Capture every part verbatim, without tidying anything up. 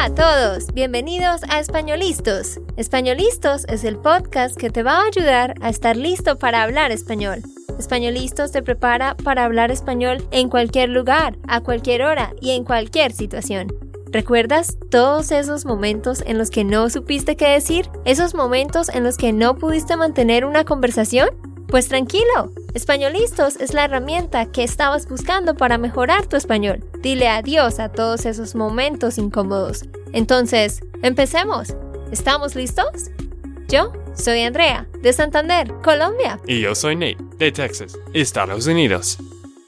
a todos, bienvenidos a Españolistos. Españolistos es el podcast que te va a ayudar a estar listo para hablar español. Españolistos te prepara para hablar español en cualquier lugar, a cualquier hora y en cualquier situación. ¿Recuerdas todos esos momentos en los que no supiste qué decir? ¿Esos momentos en los que no pudiste mantener una conversación? Pues tranquilo, Españolistos es la herramienta que estabas buscando para mejorar tu español. Dile adiós a todos esos momentos incómodos. Entonces, empecemos. ¿Estamos listos? Yo soy Andrea, de Santander, Colombia. Y yo soy Nate, de Texas, Estados Unidos.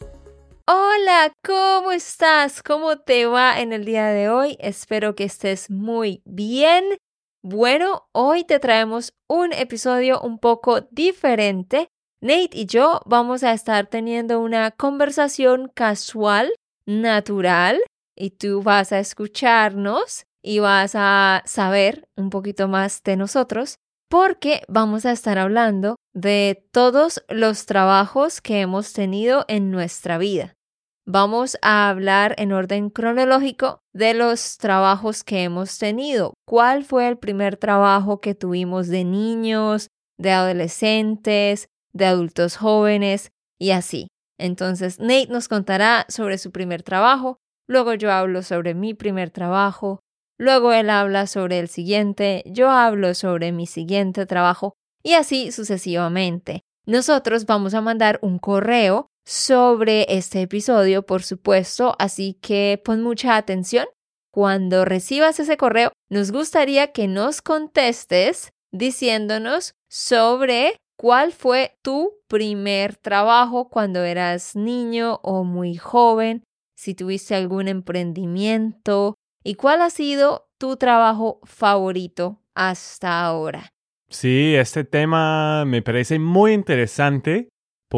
Hola, ¿cómo estás? ¿Cómo te va en el día de hoy? Espero que estés muy bien. Bueno, hoy te traemos un episodio un poco diferente. Nate y yo vamos a estar teniendo una conversación casual, natural, y tú vas a escucharnos y vas a saber un poquito más de nosotros, porque vamos a estar hablando de todos los trabajos que hemos tenido en nuestra vida. Vamos a hablar en orden cronológico de los trabajos que hemos tenido. ¿Cuál fue el primer trabajo que tuvimos de niños, de adolescentes, de adultos jóvenes y así? Entonces, Nate nos contará sobre su primer trabajo, luego yo hablo sobre mi primer trabajo, luego él habla sobre el siguiente, yo hablo sobre mi siguiente trabajo y así sucesivamente. Nosotros vamos a mandar un correo sobre este episodio, por supuesto, así que pon mucha atención. Cuando recibas ese correo, nos gustaría que nos contestes diciéndonos sobre cuál fue tu primer trabajo cuando eras niño o muy joven, si tuviste algún emprendimiento y cuál ha sido tu trabajo favorito hasta ahora. Sí, este tema me parece muy interesante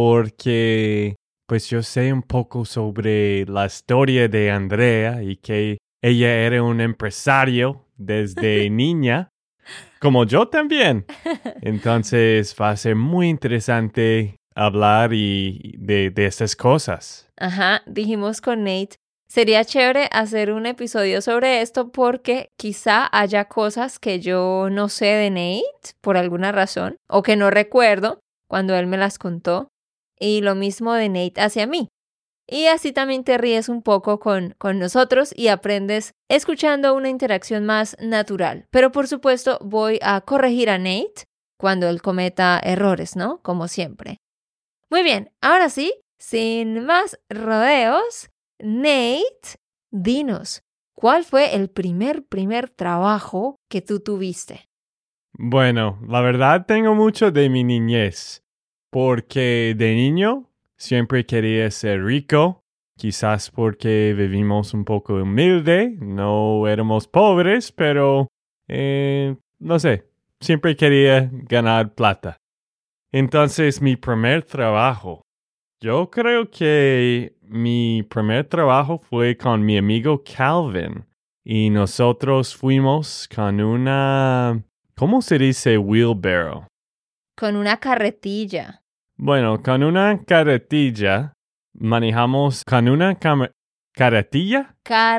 porque pues yo sé un poco sobre la historia de Andrea y que ella era un empresario desde niña, como yo también. Entonces va a ser muy interesante hablar y de, de estas cosas. Ajá, dijimos con Nate, sería chévere hacer un episodio sobre esto porque quizá haya cosas que yo no sé de Nate por alguna razón o que no recuerdo cuando él me las contó. Y lo mismo de Nate hacia mí. Y así también te ríes un poco con, con nosotros y aprendes escuchando una interacción más natural. Pero por supuesto voy a corregir a Nate cuando él cometa errores, ¿no? Como siempre. Muy bien, ahora sí, sin más rodeos, Nate, dinos, ¿cuál fue el primer, primer trabajo que tú tuviste? Bueno, la verdad tengo mucho de mi niñez. Porque de niño siempre quería ser rico, quizás porque vivimos un poco humilde, no éramos pobres, pero eh, no sé, siempre quería ganar plata. Entonces mi primer trabajo, yo creo que mi primer trabajo fue con mi amigo Calvin y nosotros fuimos con una, ¿cómo se dice wheelbarrow? Con una carretilla. Bueno, con una carretilla manejamos con una cam- carretilla.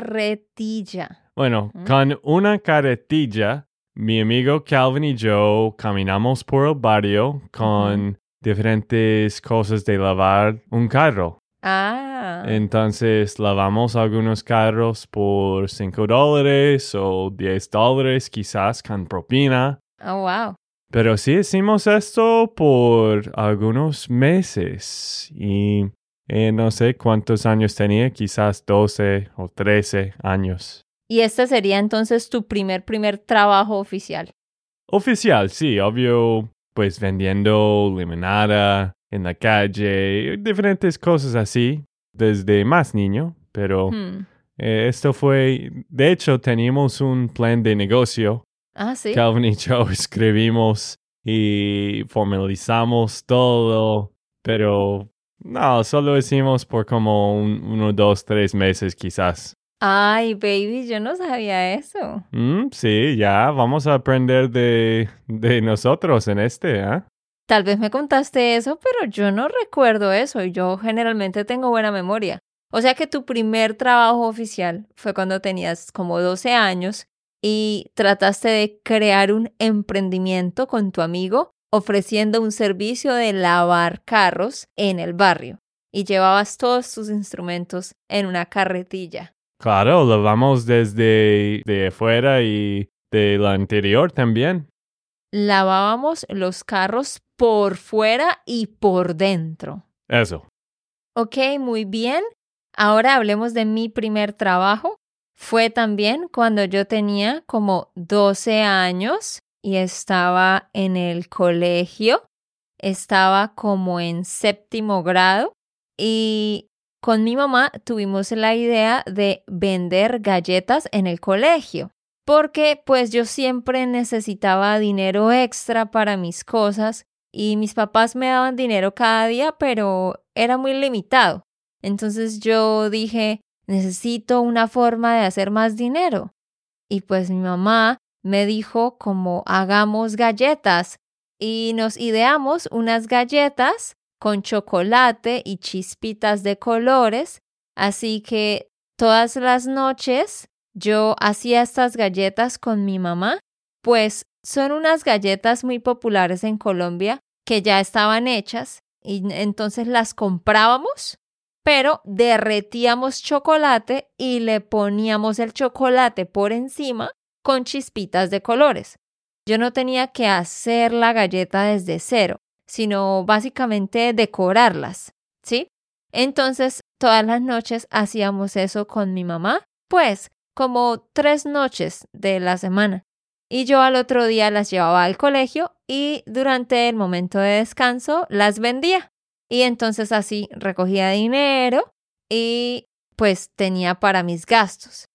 Carretilla. Bueno, ¿Mm? con una carretilla, mi amigo Calvin y yo caminamos por el barrio con uh-huh. diferentes cosas de lavar un carro. Ah. Entonces lavamos algunos carros por cinco dólares o diez dólares quizás con propina. Oh, wow. Pero sí hicimos esto por algunos meses y eh, no sé cuántos años tenía, quizás doce o trece años. ¿Y este sería entonces tu primer, primer trabajo oficial? Oficial, sí, obvio, pues vendiendo limonada en la calle, diferentes cosas así, desde más niño, pero hmm. eh, esto fue, de hecho teníamos un plan de negocio. Ah, sí. Calvin y yo escribimos y formalizamos todo, pero no, solo hicimos por como un, uno, dos, tres meses quizás. Ay, baby, yo no sabía eso. Mm, sí, ya, vamos a aprender de, de nosotros en este, ¿eh? Tal vez me contaste eso, pero yo no recuerdo eso y yo generalmente tengo buena memoria. O sea que tu primer trabajo oficial fue cuando tenías como doce años y trataste de crear un emprendimiento con tu amigo ofreciendo un servicio de lavar carros en el barrio y llevabas todos tus instrumentos en una carretilla. Claro, lo vamos desde de afuera y de la interior también. Lavábamos los carros por fuera y por dentro. Eso. Ok, muy bien. Ahora hablemos de mi primer trabajo. Fue también cuando yo tenía como doce años y estaba en el colegio. Estaba como en séptimo grado y con mi mamá tuvimos la idea de vender galletas en el colegio. Porque pues yo siempre necesitaba dinero extra para mis cosas y mis papás me daban dinero cada día, pero era muy limitado. Entonces yo dije, necesito una forma de hacer más dinero. Y pues mi mamá me dijo como hagamos galletas y nos ideamos unas galletas con chocolate y chispitas de colores. Así que todas las noches yo hacía estas galletas con mi mamá, pues son unas galletas muy populares en Colombia que ya estaban hechas y entonces las comprábamos, pero derretíamos chocolate y le poníamos el chocolate por encima con chispitas de colores. Yo no tenía que hacer la galleta desde cero, sino básicamente decorarlas, ¿sí? Entonces todas las noches hacíamos eso con mi mamá, pues como tres noches de la semana. Y yo al otro día las llevaba al colegio y durante el momento de descanso las vendía. Y entonces así recogía dinero y pues tenía para mis gastos.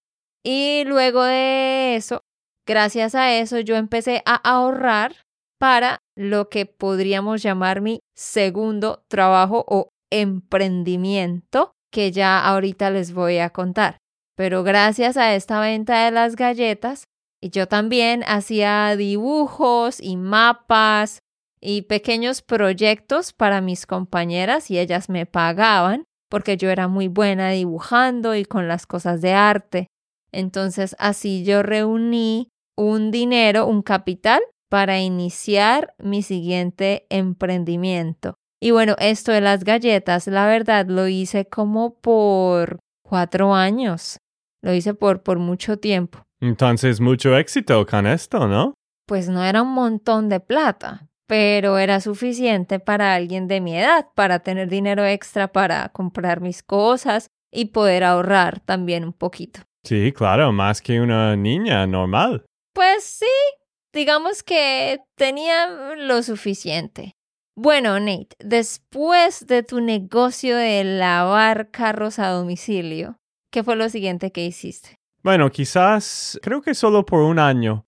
Y luego de eso, gracias a eso, yo empecé a ahorrar para lo que podríamos llamar mi segundo trabajo o emprendimiento, que ya ahorita les voy a contar. Pero gracias a esta venta de las galletas, yo también hacía dibujos y mapas y pequeños proyectos para mis compañeras y ellas me pagaban porque yo era muy buena dibujando y con las cosas de arte. Entonces así yo reuní un dinero, un capital para iniciar mi siguiente emprendimiento. Y bueno, esto de las galletas, la verdad lo hice como por cuatro años. Lo hice por, por mucho tiempo. Entonces, mucho éxito con esto, ¿no? Pues no era un montón de plata, pero era suficiente para alguien de mi edad, para tener dinero extra para comprar mis cosas y poder ahorrar también un poquito. Sí, claro, más que una niña normal. Pues sí, digamos que tenía lo suficiente. Bueno, Nate, después de tu negocio de lavar carros a domicilio, ¿qué fue lo siguiente que hiciste? Bueno, quizás, creo que solo por un año,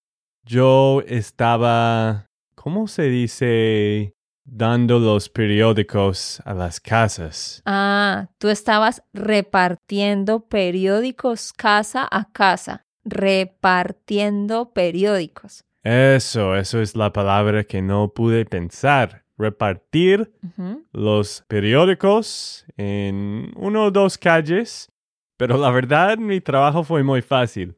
yo estaba, ¿cómo se dice? Dando los periódicos a las casas. Ah, tú estabas repartiendo periódicos casa a casa. Repartiendo periódicos. Eso, eso es la palabra que no pude pensar. Repartir uh-huh. los periódicos en una o dos calles. Pero la verdad, mi trabajo fue muy fácil.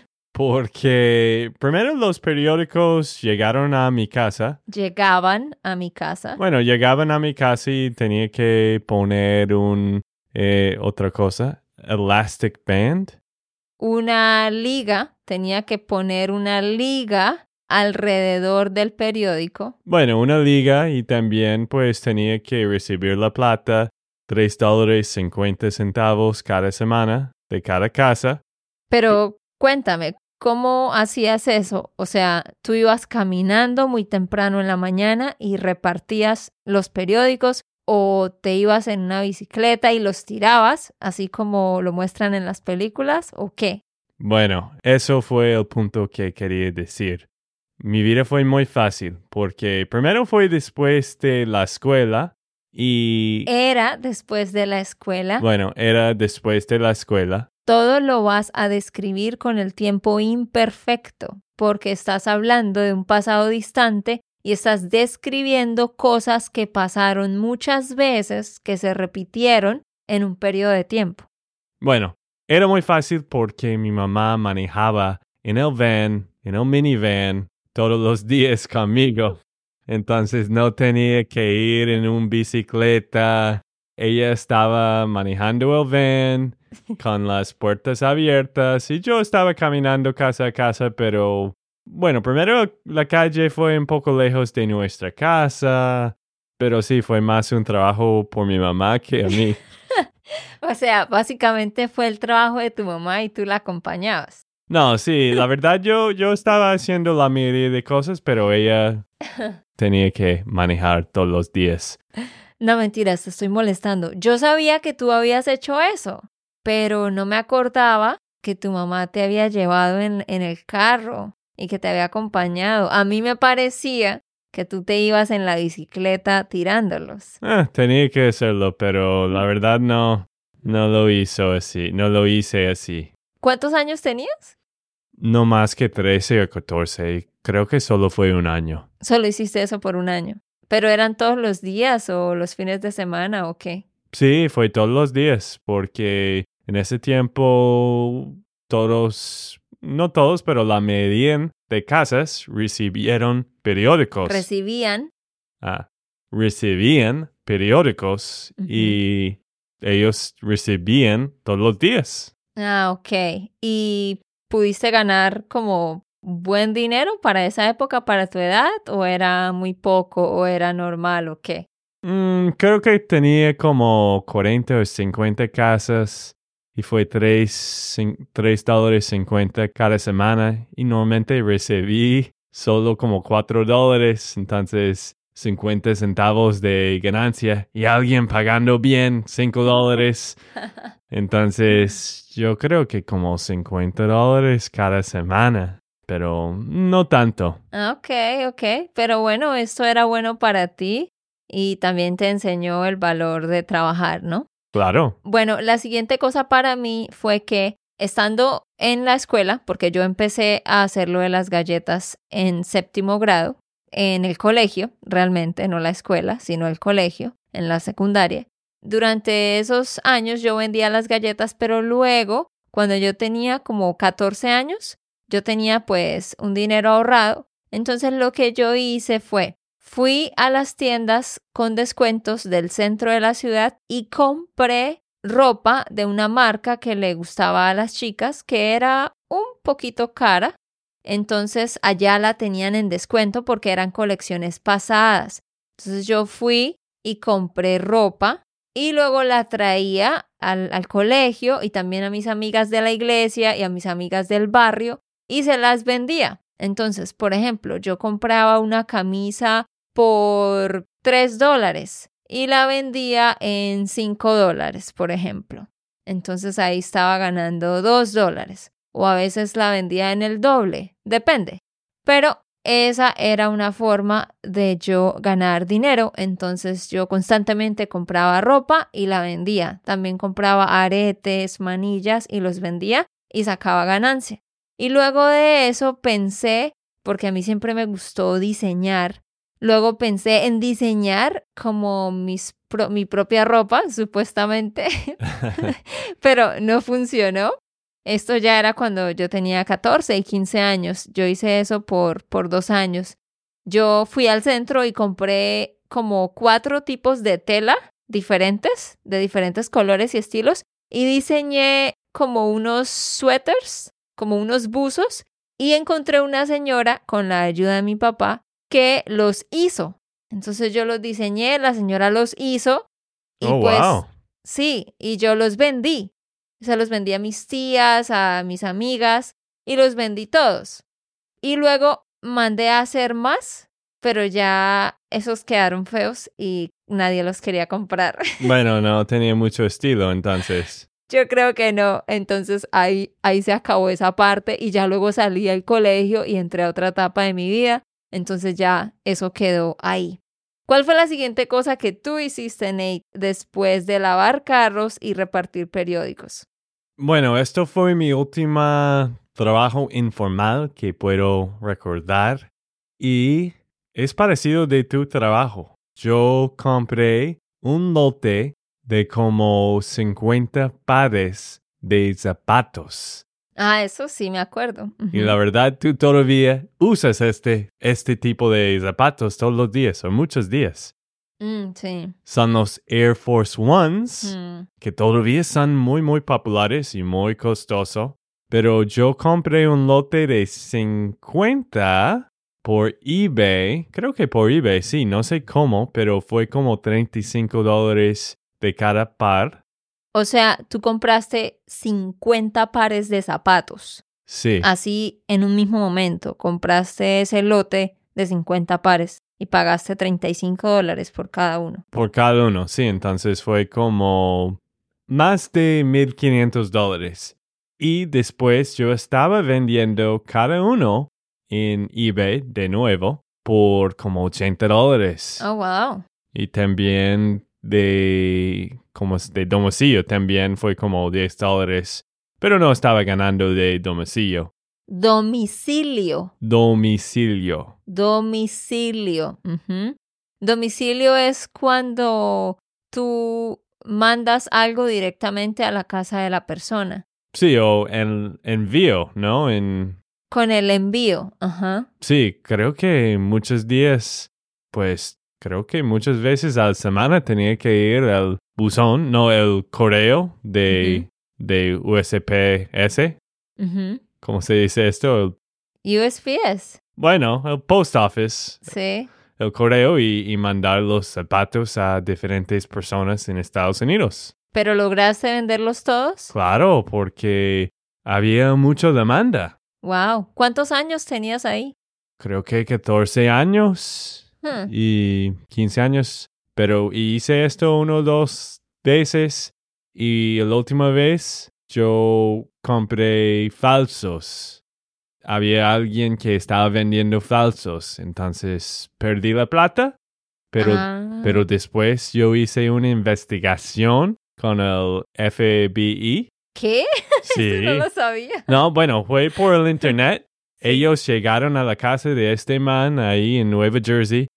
Porque primero los periódicos llegaron a mi casa. Llegaban a mi casa. Bueno, llegaban a mi casa y tenía que poner un, eh, otra cosa, elastic band. Una liga, tenía que poner una liga alrededor del periódico. Bueno, una liga y también pues tenía que recibir la plata, tres dólares cincuenta centavos cada semana de cada casa. Pero cuéntame, ¿cómo hacías eso? O sea, tú ibas caminando muy temprano en la mañana y repartías los periódicos o te ibas en una bicicleta y los tirabas, así como lo muestran en las películas, ¿o qué? Bueno, eso fue el punto que quería decir. Mi vida fue muy fácil porque primero fue después de la escuela y... Era después de la escuela. Bueno, era después de la escuela. Todo lo vas a describir con el tiempo imperfecto porque estás hablando de un pasado distante y estás describiendo cosas que pasaron muchas veces, que se repitieron en un periodo de tiempo. Bueno, era muy fácil porque mi mamá manejaba en el van, en el minivan, todos los días conmigo. Entonces no tenía que ir en una bicicleta. Ella estaba manejando el van con las puertas abiertas y yo estaba caminando casa a casa, pero bueno, primero la calle fue un poco lejos de nuestra casa, pero sí fue más un trabajo por mi mamá que a mí. O sea, básicamente fue el trabajo de tu mamá y tú la acompañabas. No, sí, la verdad yo, yo estaba haciendo la mayoría de cosas, pero ella tenía que manejar todos los días. No, mentiras, te estoy molestando. Yo sabía que tú habías hecho eso, pero no me acordaba que tu mamá te había llevado en, en el carro y que te había acompañado. A mí me parecía que tú te ibas en la bicicleta tirándolos. Ah, tenía que hacerlo, pero la verdad no, no lo hizo así, no lo hice así. ¿Cuántos años tenías? No más que trece o catorce, creo que solo fue un año. Solo hiciste eso por un año. ¿Pero eran todos los días o los fines de semana o qué? Sí, fue todos los días, porque en ese tiempo todos, no todos, pero la mayoría de casas recibieron periódicos. Recibían. Ah, recibían periódicos Uh-huh. y ellos recibían todos los días. Ah, ok. ¿Y pudiste ganar como buen dinero para esa época, para tu edad? ¿O era muy poco o era normal o qué? Mm, creo que tenía como cuarenta o cincuenta casas y fue tres dólares cincuenta cada semana y normalmente recibí solo como cuatro dólares, entonces cincuenta centavos de ganancia y alguien pagando bien cinco dólares. Entonces yo creo que como cincuenta dólares cada semana, pero no tanto. Ah, ok, ok. Pero bueno, esto era bueno para ti y también te enseñó el valor de trabajar, ¿no? Claro. Bueno, la siguiente cosa para mí fue que estando en la escuela, porque yo empecé a hacer lo de las galletas en séptimo grado, en el colegio, realmente, no la escuela, sino el colegio, en la secundaria. Durante esos años yo vendía las galletas, pero luego, cuando yo tenía como catorce años, yo tenía pues un dinero ahorrado. Entonces lo que yo hice fue, fui a las tiendas con descuentos del centro de la ciudad y compré ropa de una marca que le gustaba a las chicas, que era un poquito cara. Entonces allá la tenían en descuento porque eran colecciones pasadas. Entonces yo fui y compré ropa y luego la traía al, al colegio y también a mis amigas de la iglesia y a mis amigas del barrio y se las vendía. Entonces, por ejemplo, yo compraba una camisa por tres dólares y la vendía en cinco dólares, por ejemplo. Entonces ahí estaba ganando dos dólares. O a veces la vendía en el doble, depende. Pero esa era una forma de yo ganar dinero. Entonces yo constantemente compraba ropa y la vendía. También compraba aretes, manillas y los vendía y sacaba ganancia. Y luego de eso pensé, porque a mí siempre me gustó diseñar, luego pensé en diseñar como mis pro- mi propia ropa, supuestamente, pero no funcionó. Esto ya era cuando yo tenía catorce y quince años. Yo hice eso por, por dos años. Yo fui al centro y compré como cuatro tipos de tela diferentes, de diferentes colores y estilos, y diseñé como unos suéteres, como unos buzos, y encontré una señora con la ayuda de mi papá que los hizo. Entonces yo los diseñé, la señora los hizo y Oh, pues wow. sí, y yo los vendí. Se los vendí a mis tías, a mis amigas y los vendí todos. Y luego mandé a hacer más, pero ya esos quedaron feos y nadie los quería comprar. Bueno, no tenía mucho estilo entonces. Yo creo que no. Entonces ahí, ahí se acabó esa parte y ya luego salí al colegio y entré a otra etapa de mi vida. Entonces ya eso quedó ahí. ¿Cuál fue la siguiente cosa que tú hiciste, Nate, después de lavar carros y repartir periódicos? Bueno, esto fue mi último trabajo informal que puedo recordar y es parecido de tu trabajo. Yo compré un lote de como cincuenta pares de zapatos. Ah, eso sí me acuerdo. Uh-huh. Y la verdad, tú todavía usas este, este tipo de zapatos todos los días o muchos días. Mm, sí. Son los Air Force Ones, Mm. que todavía son muy, muy populares y muy costosos. Pero yo compré un lote de cincuenta por eBay. Creo que por eBay, sí, no sé cómo, pero fue como treinta y cinco dólares de cada par. O sea, tú compraste cincuenta pares de zapatos. Sí. Así, en un mismo momento, compraste ese lote de cincuenta pares y pagaste treinta y cinco dólares por cada uno. Por cada uno, sí. Entonces fue como más de mil quinientos dólares. Y después yo estaba vendiendo cada uno en eBay de nuevo por como ochenta dólares. Oh, wow. Y también de, como de domicilio también fue como diez dólares. Pero no estaba ganando de domicilio. Domicilio. Domicilio. Domicilio. Uh-huh. Domicilio es cuando tú mandas algo directamente a la casa de la persona. Sí, o el envío, ¿no? En... Con el envío. Ajá. Sí, creo que muchos días, pues, creo que muchas veces a la semana tenía que ir al buzón, no el correo de, uh-huh. de U S P S. Uh-huh. ¿Cómo se dice esto? El U S P S. Bueno, el post office. Sí. El correo y, y mandar los zapatos a diferentes personas en Estados Unidos. ¿Pero lograste venderlos todos? Claro, porque había mucha demanda. Wow. ¿Cuántos años tenías ahí? Creo que catorce años Hmm. y quince años. Pero hice esto uno o dos veces y la última vez yo compré falsos. Había alguien que estaba vendiendo falsos, entonces perdí la plata, pero, ah. pero después yo hice una investigación con el F B I. ¿Qué? Sí. Eso no lo sabía. No, bueno, fue por el internet. Sí. Ellos llegaron a la casa de este man ahí en Nueva Jersey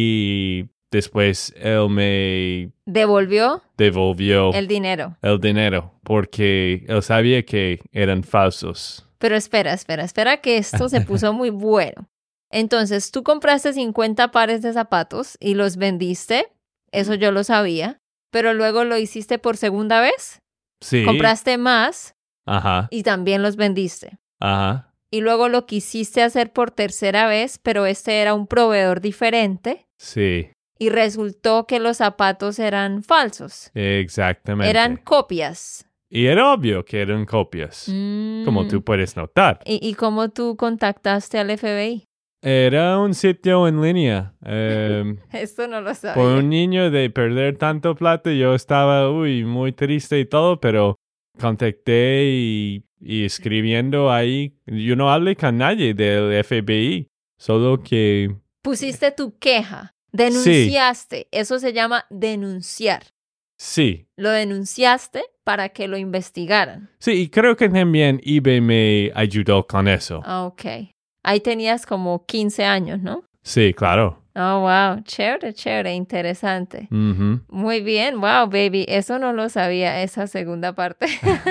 y después él me ¿Devolvió? devolvió el dinero. El dinero, porque él sabía que eran falsos. Pero espera, espera, espera que esto se puso muy bueno. Entonces, tú compraste cincuenta pares de zapatos y los vendiste. Eso yo lo sabía. Pero luego lo hiciste por segunda vez. Sí. Compraste más. Ajá. Y también los vendiste. Ajá. Y luego lo quisiste hacer por tercera vez, pero este era un proveedor diferente. Sí. Y resultó que los zapatos eran falsos. Exactamente. Eran copias. Y era obvio que eran copias, mm. como tú puedes notar. ¿Y, ¿Y cómo tú contactaste al F B I? Era un sitio en línea. Um, Esto no lo sabía. por un niño de perder tanto plata, yo estaba uy, muy triste y todo, pero contacté y, y escribiendo ahí. Yo no hablé con nadie del F B I, solo que... Pusiste tu queja. Denunciaste. Sí. Eso se llama denunciar. Sí. Lo denunciaste para que lo investigaran. Sí, y creo que también eBay me ayudó con eso. Ah, ok. Ahí tenías como quince años, ¿no? Sí, claro. Oh, wow. Chévere, chévere. Interesante. Uh-huh. Muy bien. Wow, baby. Eso no lo sabía, esa segunda parte.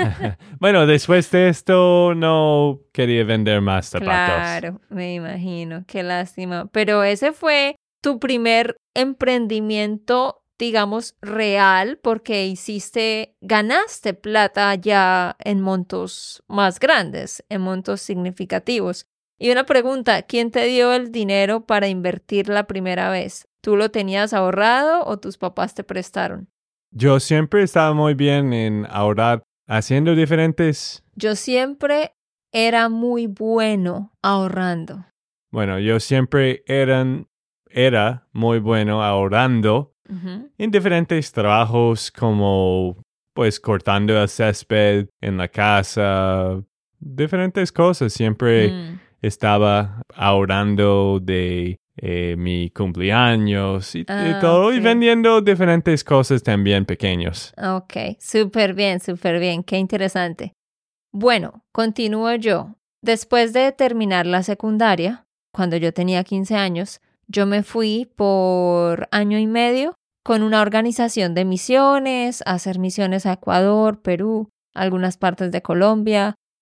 Bueno, después de esto no quería vender más zapatos. Claro, me imagino. Qué lástima. Pero ese fue tu primer emprendimiento, digamos, real, porque hiciste, ganaste plata ya en montos más grandes, en montos significativos. Y una pregunta, ¿quién te dio el dinero para invertir la primera vez? ¿Tú lo tenías ahorrado o tus papás te prestaron? Yo siempre estaba muy bien en ahorrar, haciendo diferentes... Yo siempre era muy bueno ahorrando. Bueno, yo siempre eran, era muy bueno ahorrando uh-huh. en diferentes trabajos como pues cortando el césped en la casa, diferentes cosas. Siempre mm. estaba ahorrando de eh, mi cumpleaños y, ah, y todo okay. y vendiendo diferentes cosas también pequeños. Ok, súper bien, súper bien, qué interesante. Bueno, continúo yo. Después de terminar la secundaria, cuando yo tenía quince años, yo me fui por año y medio con una organización de misiones, a hacer misiones a Ecuador, Perú, algunas partes de Colombia.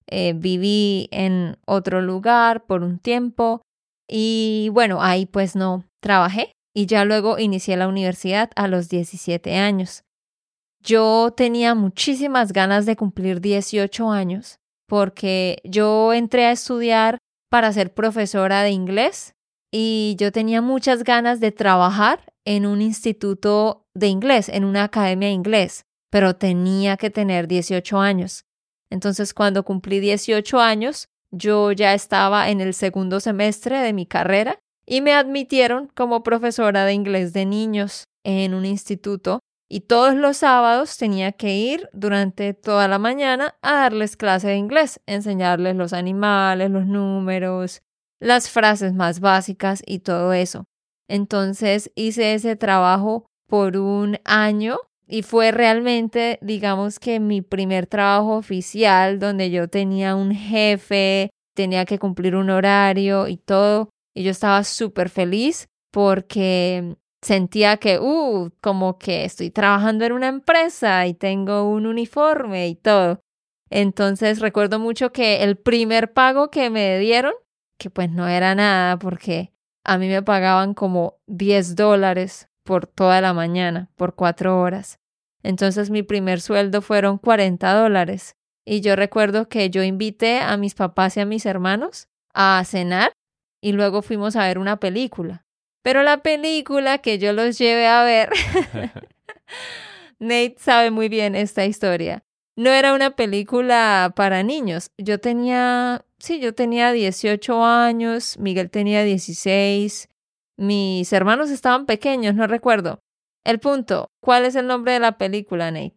eh, viví en otro lugar por un tiempo y bueno, ahí pues no trabajé y ya luego inicié la universidad a los diecisiete años. Yo tenía muchísimas ganas de cumplir dieciocho años porque yo entré a estudiar para ser profesora de inglés y yo tenía muchas ganas de trabajar en un instituto de inglés, en una academia de inglés, pero tenía que tener dieciocho años. Entonces, cuando cumplí dieciocho años, yo ya estaba en el segundo semestre de mi carrera y me admitieron como profesora de inglés de niños en un instituto y todos los sábados tenía que ir durante toda la mañana a darles clase de inglés, enseñarles los animales, los números, las frases más básicas y todo eso. Entonces hice ese trabajo por un año y fue realmente, digamos que mi primer trabajo oficial donde yo tenía un jefe, tenía que cumplir un horario y todo. Y yo estaba súper feliz porque sentía que, uh, como que estoy trabajando en una empresa y tengo un uniforme y todo. Entonces recuerdo mucho que el primer pago que me dieron, que pues no era nada porque a mí me pagaban como diez dólares por toda la mañana, por cuatro horas. Entonces mi primer sueldo fueron cuarenta dólares. Y yo recuerdo que yo invité a mis papás y a mis hermanos a cenar y luego fuimos a ver una película. Pero la película que yo los llevé a ver, Nate sabe muy bien esta historia. No era una película para niños. Yo tenía, sí, yo tenía dieciocho años, Miguel tenía dieciséis, mis hermanos estaban pequeños, no recuerdo. El punto, ¿cuál es el nombre de la película, Nate?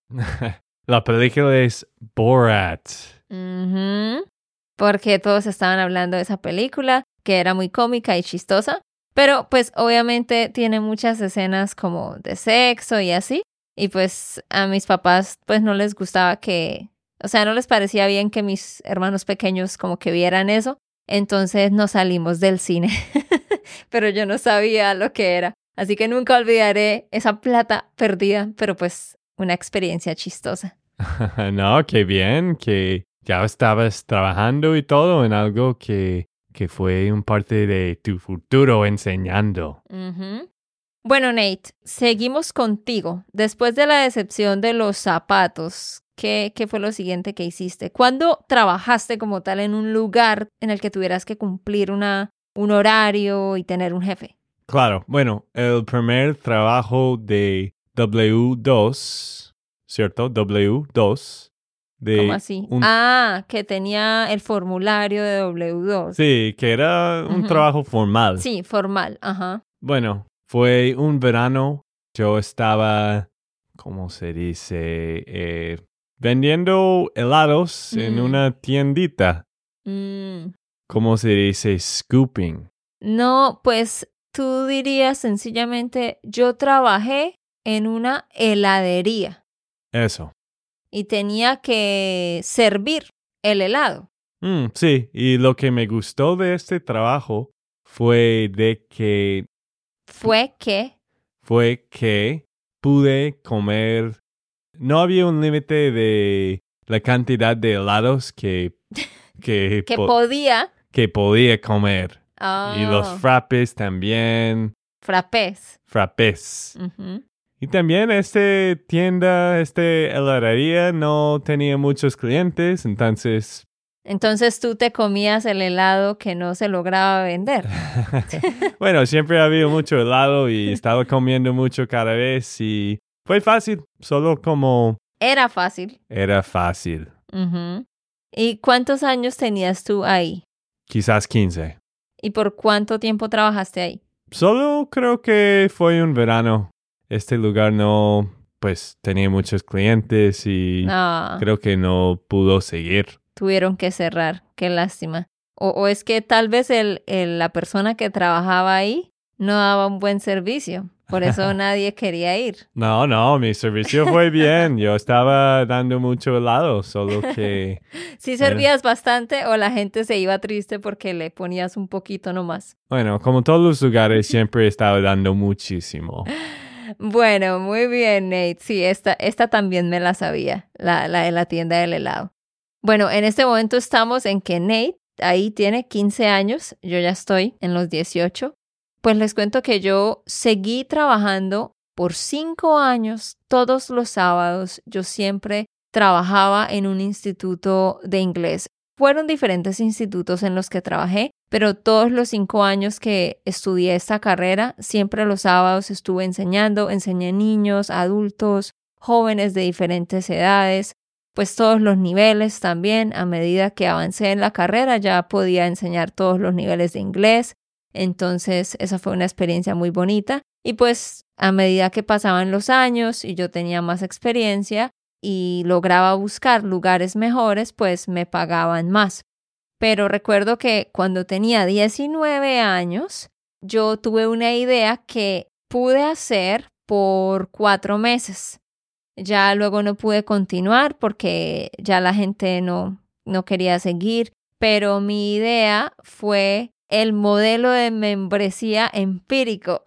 La película es Borat. Uh-huh. Porque todos estaban hablando de esa película, que era muy cómica y chistosa. Pero pues obviamente tiene muchas escenas como de sexo y así. Y pues a mis papás pues no les gustaba que, o sea, no les parecía bien que mis hermanos pequeños como que vieran eso. Entonces nos salimos del cine. Pero yo no sabía lo que era. Así que nunca olvidaré esa plata perdida, pero pues una experiencia chistosa. No, qué bien que ya estabas trabajando y todo en algo que, que fue un parte de tu futuro enseñando. Uh-huh. Bueno, Nate, seguimos contigo. Después de la decepción de los zapatos, ¿qué, qué fue lo siguiente que hiciste? ¿Cuándo trabajaste como tal en un lugar en el que tuvieras que cumplir una, un horario y tener un jefe? Claro, bueno, el primer trabajo de W dos, ¿cierto? W dos. De ¿Cómo así? Un... Ah, que tenía el formulario de W dos. Sí, que era un Uh-huh. trabajo formal. Sí, formal, ajá. Bueno, fue un verano, yo estaba, ¿cómo se dice? Eh, vendiendo helados mm. en una tiendita. Mm. ¿Cómo se dice? Scooping. No, pues tú dirías sencillamente, yo trabajé en una heladería. Eso. Y tenía que servir el helado. Mm, sí, y lo que me gustó de este trabajo fue de que... ¿Fue que? Fue que pude comer... No había un límite de la cantidad de helados que... Que, que po- podía. Que podía comer. Oh. Y los frappes también. Frappés. Frappés. Uh-huh. Y también esta tienda, esta heladería no tenía muchos clientes, entonces... Entonces tú te comías el helado que no se lograba vender. Bueno, siempre ha habido mucho helado y estaba comiendo mucho cada vez y fue fácil, solo como... Era fácil. Era fácil. Uh-huh. ¿Y cuántos años tenías tú ahí? Quizás quince. ¿Y por cuánto tiempo trabajaste ahí? Solo creo que fue un verano. Este lugar no, pues, tenía muchos clientes y ah, creo que no pudo seguir. Tuvieron que cerrar, qué lástima. O, o es que tal vez el, el, la persona que trabajaba ahí no daba un buen servicio. Por eso nadie quería ir. No, no, mi servicio fue bien. Yo estaba dando mucho helado, solo que... ¿Sí servías era... bastante o la gente se iba triste porque le ponías un poquito nomás? Bueno, como todos los lugares, siempre estaba dando muchísimo. Bueno, muy bien, Nate. Sí, esta, esta también me la sabía, la, la de la tienda del helado. Bueno, en este momento estamos en que Nate ahí tiene quince años, yo ya estoy en los dieciocho. Pues les cuento que yo seguí trabajando por cinco años, todos los sábados. Yo siempre trabajaba en un instituto de inglés. Fueron diferentes institutos en los que trabajé, pero todos los cinco años que estudié esta carrera, siempre los sábados estuve enseñando, enseñé niños, adultos, jóvenes de diferentes edades, pues todos los niveles también. A medida que avancé en la carrera ya podía enseñar todos los niveles de inglés. Entonces esa fue una experiencia muy bonita. Y pues a medida que pasaban los años y yo tenía más experiencia y lograba buscar lugares mejores, pues me pagaban más. Pero recuerdo que cuando tenía diecinueve años, yo tuve una idea que pude hacer por cuatro meses. Ya luego no pude continuar porque ya la gente no, no quería seguir, pero mi idea fue el modelo de membresía empírico.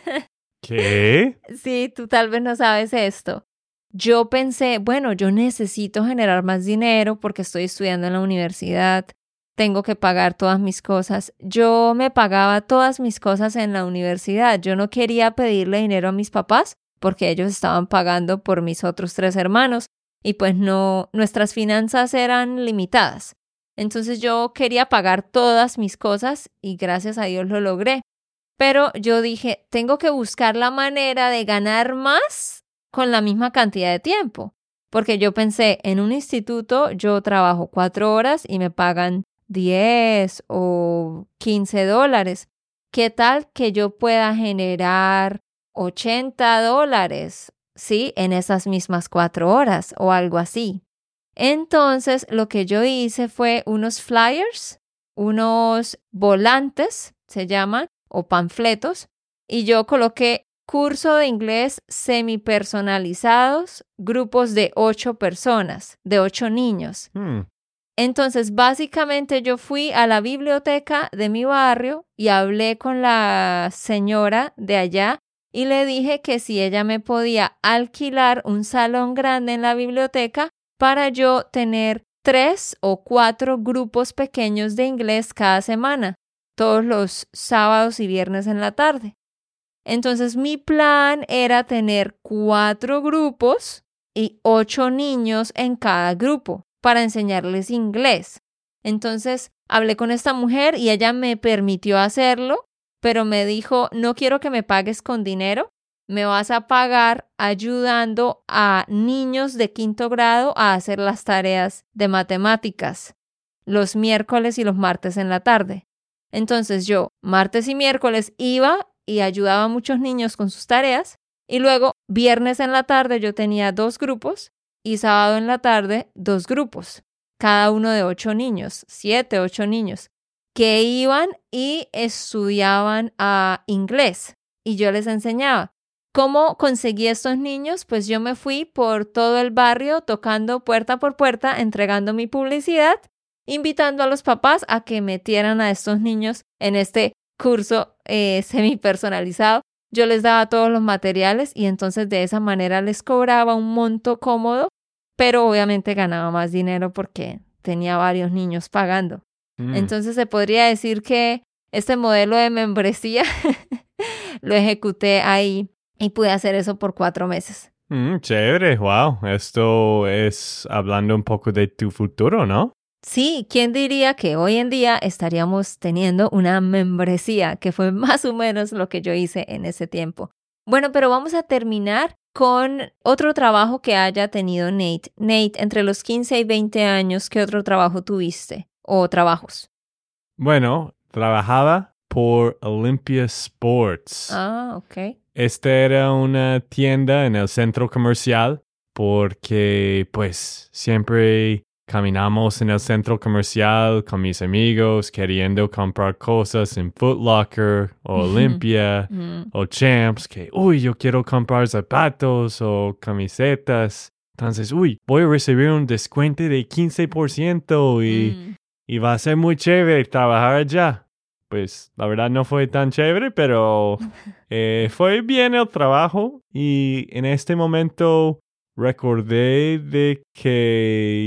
¿Qué? Sí, tú tal vez no sabes esto. Yo pensé, bueno, yo necesito generar más dinero porque estoy estudiando en la universidad, tengo que pagar todas mis cosas. Yo me pagaba todas mis cosas en la universidad. Yo no quería pedirle dinero a mis papás porque ellos estaban pagando por mis otros tres hermanos y pues no, nuestras finanzas eran limitadas. Entonces yo quería pagar todas mis cosas y gracias a Dios lo logré. Pero yo dije, tengo que buscar la manera de ganar más con la misma cantidad de tiempo. Porque yo pensé, en un instituto yo trabajo cuatro horas y me pagan diez o quince dólares. ¿Qué tal que yo pueda generar ochenta dólares, sí, en esas mismas cuatro horas o algo así? Entonces, lo que yo hice fue unos flyers, unos volantes, se llaman, o panfletos, y yo coloqué curso de inglés semipersonalizados, grupos de ocho personas, de ocho niños. Hmm. Entonces, básicamente yo fui a la biblioteca de mi barrio y hablé con la señora de allá y le dije que si ella me podía alquilar un salón grande en la biblioteca para yo tener tres o cuatro grupos pequeños de inglés cada semana, todos los sábados y viernes en la tarde. Entonces mi plan era tener cuatro grupos y ocho niños en cada grupo para enseñarles inglés. Entonces hablé con esta mujer y ella me permitió hacerlo, pero me dijo, no quiero que me pagues con dinero, me vas a pagar ayudando a niños de quinto grado a hacer las tareas de matemáticas los miércoles y los martes en la tarde. Entonces yo, martes y miércoles, iba y ayudaba a muchos niños con sus tareas y luego viernes en la tarde yo tenía dos grupos y sábado en la tarde dos grupos, cada uno de ocho niños, siete, ocho niños, que iban y estudiaban uh, inglés y yo les enseñaba. ¿Cómo conseguí estos niños? Pues yo me fui por todo el barrio tocando puerta por puerta, entregando mi publicidad, invitando a los papás a que metieran a estos niños en este curso eh, semipersonalizado. Yo les daba todos los materiales y entonces de esa manera les cobraba un monto cómodo, pero obviamente ganaba más dinero porque tenía varios niños pagando. Mm. Entonces se podría decir que este modelo de membresía lo ejecuté ahí y pude hacer eso por cuatro meses. Mm, chévere, wow. Esto es hablando un poco de tu futuro, ¿no? Sí, ¿quién diría que hoy en día estaríamos teniendo una membresía, que fue más o menos lo que yo hice en ese tiempo? Bueno, pero vamos a terminar con otro trabajo que haya tenido Nate. Nate, entre los quince y veinte años, ¿qué otro trabajo tuviste o trabajos? Bueno, trabajaba por Olympia Sports. Ah, ok. Esta era una tienda en el centro comercial porque, pues, siempre caminamos en el centro comercial con mis amigos queriendo comprar cosas en Foot Locker o Olympia Mm. o Champs, que, uy, yo quiero comprar zapatos o camisetas. Entonces, uy, voy a recibir un descuento de quince por ciento y, Mm. y va a ser muy chévere trabajar allá. Pues, la verdad no fue tan chévere, pero eh, fue bien el trabajo y en este momento recordé de que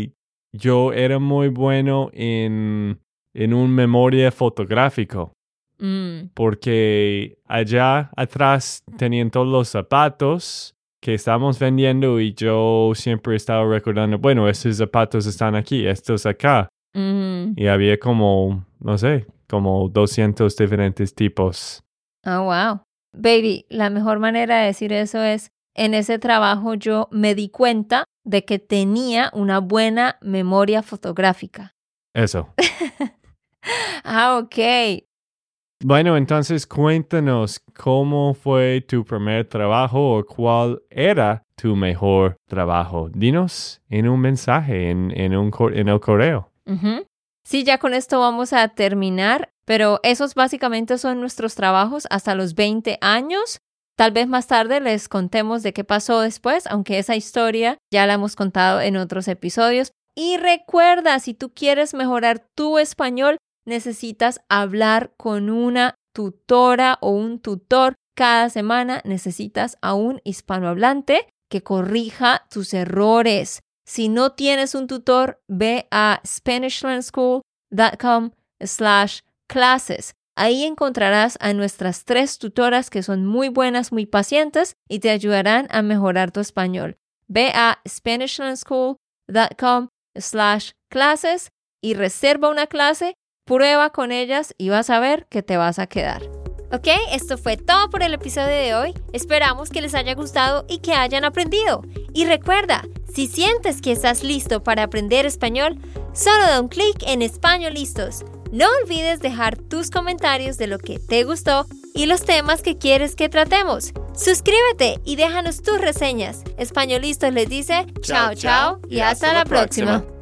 yo era muy bueno en, en un memoria fotográfico. Mm. Porque allá atrás tenían todos los zapatos que estábamos vendiendo y yo siempre estaba recordando, bueno, estos zapatos están aquí, estos acá. Mm. Y había como, no sé, como doscientos diferentes tipos. Oh, wow. Baby, la mejor manera de decir eso es, en ese trabajo yo me di cuenta de que tenía una buena memoria fotográfica. Eso. Ah, ok. Bueno, entonces cuéntanos cómo fue tu primer trabajo o cuál era tu mejor trabajo. Dinos en un mensaje, en, en, un, en el correo. Uh-huh. Sí, ya con esto vamos a terminar, pero esos básicamente son nuestros trabajos hasta los veinte años. Tal vez más tarde les contemos de qué pasó después, aunque esa historia ya la hemos contado en otros episodios. Y recuerda, si tú quieres mejorar tu español, necesitas hablar con una tutora o un tutor. Cada semana necesitas a un hispanohablante que corrija tus errores. Si no tienes un tutor, ve a SpanishLearnSchool.com slash clases. Ahí encontrarás a nuestras tres tutoras que son muy buenas, muy pacientes y te ayudarán a mejorar tu español. Ve a SpanishLearnSchool.com slash clases y reserva una clase. Prueba con ellas y vas a ver que te vas a quedar. Ok, esto fue todo por el episodio de hoy. Esperamos que les haya gustado y que hayan aprendido. Y recuerda, si sientes que estás listo para aprender español, solo da un clic en Español Listos. No olvides dejar tus comentarios de lo que te gustó y los temas que quieres que tratemos. Suscríbete y déjanos tus reseñas. Español Listos les dice chao, chao y hasta la próxima.